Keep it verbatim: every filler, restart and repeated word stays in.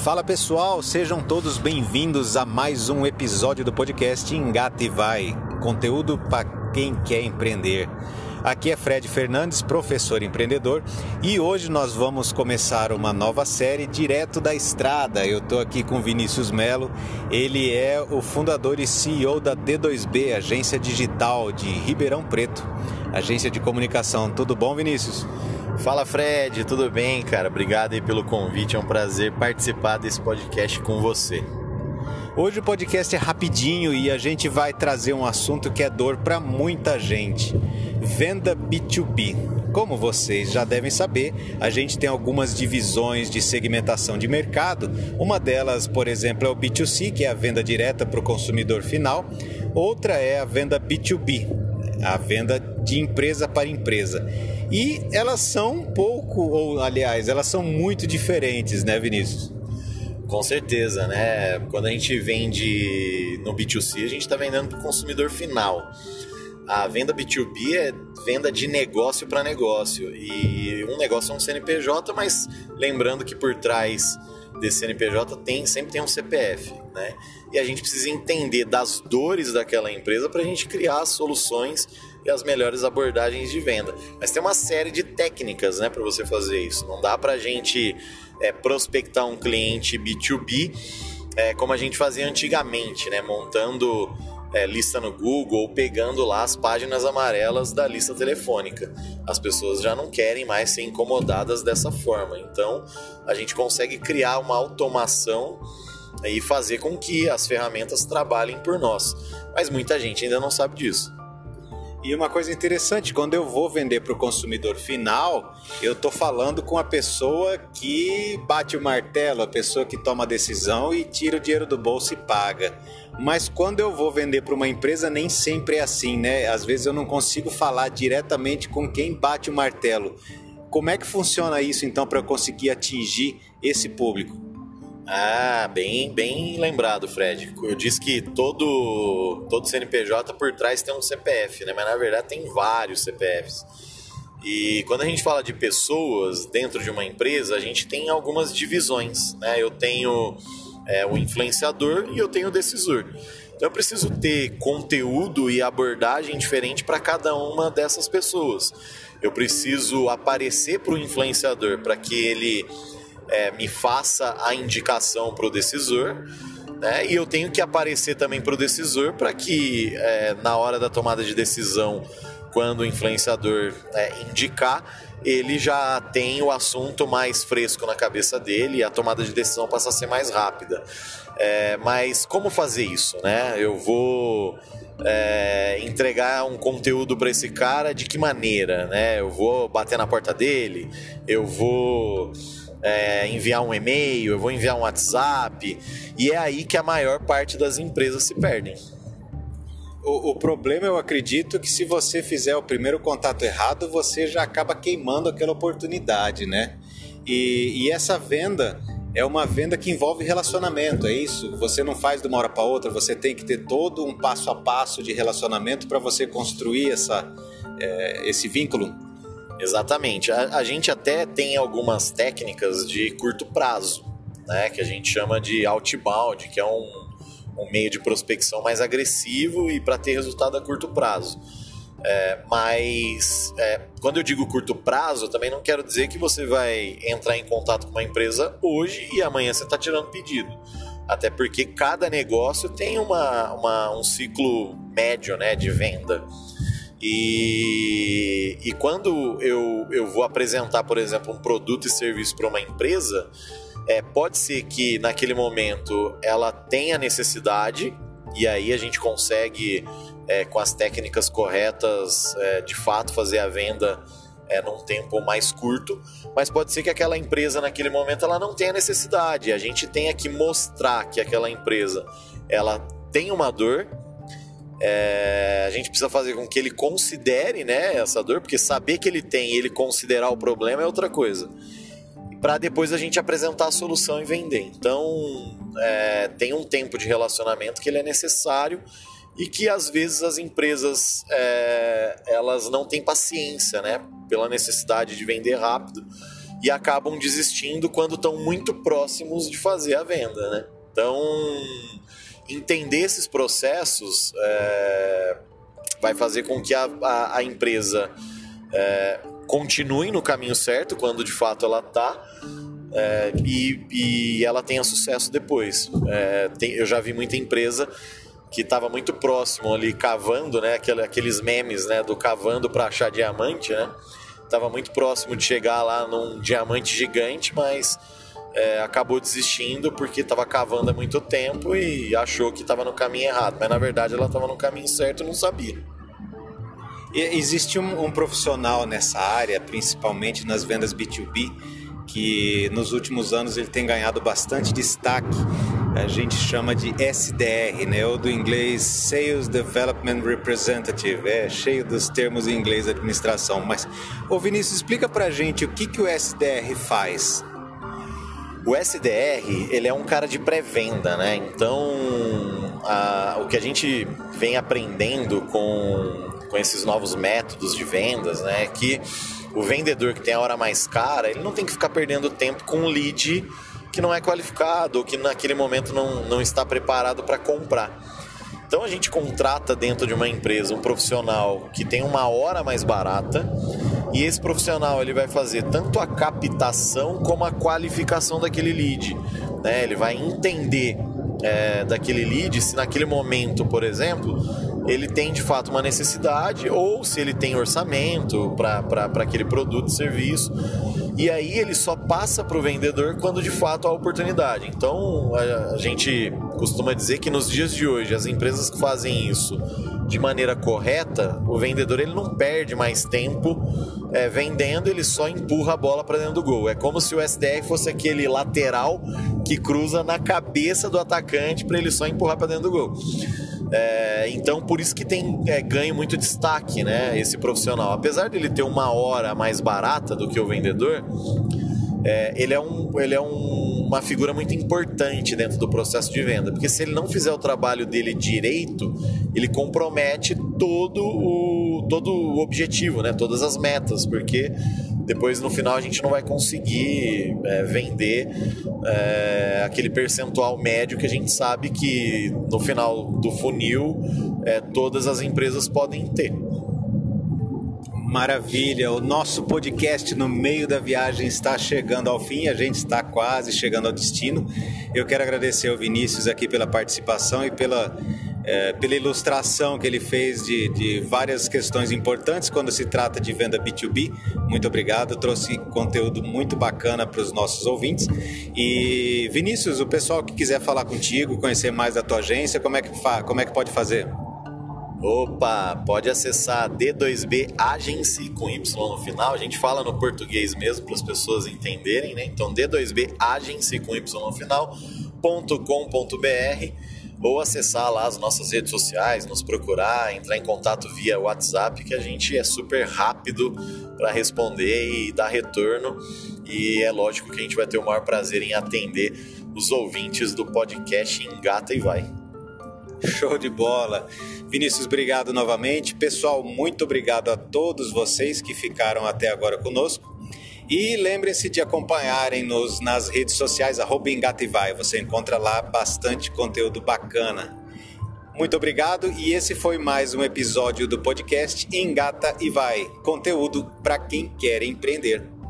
Fala pessoal, sejam todos bem-vindos a mais um episódio do podcast Engata e Vai, conteúdo para quem quer empreender. Aqui é Fred Fernandes, professor empreendedor, e hoje nós vamos começar uma nova série direto da estrada. Eu estou aqui com Vinícius Melo, ele é o fundador e C E O da D dois B, agência digital de Ribeirão Preto, agência de comunicação. Tudo bom, Vinícius? Fala, Fred, tudo bem, cara? Obrigado aí pelo convite, é um prazer participar desse podcast com você. Hoje o podcast é rapidinho e a gente vai trazer um assunto que é dor para muita gente: venda B dois B. Como vocês já devem saber, a gente tem algumas divisões de segmentação de mercado. Uma delas, por exemplo, é o B dois C, que é a venda direta para o consumidor final. Outra é a venda B dois B, a venda de empresa para empresa. E elas são um pouco, ou aliás, elas são muito diferentes, né, Vinícius? Com certeza, né? Quando a gente vende no B dois C, a gente está vendendo para o consumidor final. A venda B dois B é venda de negócio para negócio. E um negócio é um C N P J, mas lembrando que por trás desse C N P J tem, sempre tem um C P F, né? E a gente precisa entender das dores daquela empresa para a gente criar as soluções e as melhores abordagens de venda. Mas tem uma série de técnicas, né, para você fazer isso. Não dá para a gente é, prospectar um cliente B dois B é, como a gente fazia antigamente, né, montando é, lista no Google ou pegando lá as páginas amarelas da lista telefônica. As pessoas já não querem mais ser incomodadas dessa forma. Então, a gente consegue criar uma automação e fazer com que as ferramentas trabalhem por nós. Mas muita gente ainda não sabe disso. E uma coisa interessante, quando eu vou vender para o consumidor final, eu estou falando com a pessoa que bate o martelo, a pessoa que toma a decisão e tira o dinheiro do bolso e paga. Mas quando eu vou vender para uma empresa, nem sempre é assim, né? Às vezes eu não consigo falar diretamente com quem bate o martelo. Como é que funciona isso, então, para eu conseguir atingir esse público? Ah, bem, bem lembrado, Fred. Eu disse que todo, todo C N P J por trás tem um C P F, né? Mas na verdade tem vários C P Fs. E quando a gente fala de pessoas dentro de uma empresa, a gente tem algumas divisões, né? Eu tenho é, o influenciador e eu tenho o decisor. Então eu preciso ter conteúdo e abordagem diferente para cada uma dessas pessoas. Eu preciso aparecer para o influenciador para que ele É, me faça a indicação para o decisor, né? E eu tenho que aparecer também para o decisor para que é, na hora da tomada de decisão, quando o influenciador é, indicar, ele já tem o assunto mais fresco na cabeça dele e a tomada de decisão passa a ser mais rápida. É, mas como fazer isso, né? Eu vou é, entregar um conteúdo para esse cara de que maneira, né? Eu vou bater na porta dele, eu vou É, enviar um e-mail, eu vou enviar um WhatsApp, e é aí que a maior parte das empresas se perdem. O, o problema, eu acredito, que se você fizer o primeiro contato errado, você já acaba queimando aquela oportunidade, né? E, e essa venda é uma venda que envolve relacionamento, é isso? Você não faz de uma hora para outra, você tem que ter todo um passo a passo de relacionamento para você construir essa, é, esse vínculo. Exatamente. A, a gente até tem algumas técnicas de curto prazo, né, que a gente chama de outbound, que é um, um meio de prospecção mais agressivo e para ter resultado a curto prazo. É, mas é, quando eu digo curto prazo, eu também não quero dizer que você vai entrar em contato com uma empresa hoje e amanhã você está tirando pedido. Até porque cada negócio tem uma, uma, um ciclo médio, né, de venda. E, e quando eu, eu vou apresentar, por exemplo, um produto e serviço para uma empresa, é, pode ser que naquele momento ela tenha necessidade, e aí a gente consegue, é, com as técnicas corretas, é, de fato fazer a venda é, num tempo mais curto, mas pode ser que aquela empresa naquele momento ela não tenha necessidade, a gente tenha que mostrar que aquela empresa ela tem uma dor. É, a gente precisa fazer com que ele considere, né, essa dor, porque saber que ele tem e ele considerar o problema é outra coisa. Para depois a gente apresentar a solução e vender. Então, é, tem um tempo de relacionamento que ele é necessário e que às vezes as empresas é, elas não têm paciência, né, pela necessidade de vender rápido e acabam desistindo quando estão muito próximos de fazer a venda, né? Então, entender esses processos é, vai fazer com que a, a, a empresa é, continue no caminho certo, quando de fato ela está, é, e, e ela tenha sucesso depois. É, tem, eu já vi muita empresa que estava muito próximo ali, cavando, né, aqueles memes, né, do cavando para achar diamante, né? Estava muito próximo de chegar lá num diamante gigante, mas é, acabou desistindo porque estava cavando há muito tempo e achou que estava no caminho errado, mas na verdade ela estava no caminho certo e não sabia. E existe um, um profissional nessa área, principalmente nas vendas B dois B, que nos últimos anos ele tem ganhado bastante destaque. A gente chama de S D R, né? Ou do inglês Sales Development Representative, é cheio dos termos em inglês da administração. Mas, ô Vinícius, explica pra gente o que, que o S D R faz. O S D R, ele é um cara de pré-venda, né? Então, a, o que a gente vem aprendendo com, com esses novos métodos de vendas, né? É que o vendedor que tem a hora mais cara, ele não tem que ficar perdendo tempo com um lead que não é qualificado ou que naquele momento não, não está preparado para comprar. Então a gente contrata dentro de uma empresa um profissional que tem uma hora mais barata, e esse profissional ele vai fazer tanto a captação como a qualificação daquele lead, né? Ele vai entender é, daquele lead se naquele momento, por exemplo, ele tem de fato uma necessidade ou se ele tem orçamento para aquele produto e serviço. E aí ele só passa para o vendedor quando de fato há oportunidade. Então a, a gente costuma dizer que nos dias de hoje as empresas que fazem isso de maneira correta, o vendedor ele não perde mais tempo é, vendendo, ele só empurra a bola para dentro do gol. É como se o S D R fosse aquele lateral que cruza na cabeça do atacante para ele só empurrar para dentro do gol. É, então por isso que tem é, ganho muito destaque, né, esse profissional. Apesar dele ter uma hora mais barata do que o vendedor, é, ele é, um, ele é um, uma figura muito importante dentro do processo de venda, porque se ele não fizer o trabalho dele direito, ele compromete todo o, todo o objetivo, né, todas as metas, porque depois no final a gente não vai conseguir é, vender é, aquele percentual médio que a gente sabe que no final do funil é, todas as empresas podem ter. Maravilha, o nosso podcast No Meio da Viagem está chegando ao fim, a gente está quase chegando ao destino. Eu quero agradecer ao Vinícius aqui pela participação e pela, é, pela ilustração que ele fez de, de várias questões importantes quando se trata de venda B dois B. Muito obrigado, trouxe conteúdo muito bacana para os nossos ouvintes. E Vinícius, o pessoal que quiser falar contigo, conhecer mais da tua agência, como é que, fa- como é que pode fazer? Opa, pode acessar D dois B Agency com Y no final. A gente fala no português mesmo para as pessoas entenderem, né? Então D dois B Agency com Y no final ponto com ponto b r, ou acessar lá as nossas redes sociais, nos procurar, entrar em contato via WhatsApp, que a gente é super rápido para responder e dar retorno, e é lógico que a gente vai ter o maior prazer em atender os ouvintes do podcast Engata e Vai. Show de bola. Vinícius, obrigado novamente. Pessoal, muito obrigado a todos vocês que ficaram até agora conosco. E lembrem-se de acompanharem-nos nas redes sociais, arroba Engata e Vai. Você encontra lá bastante conteúdo bacana. Muito obrigado, e esse foi mais um episódio do podcast Engata e Vai. Conteúdo para quem quer empreender.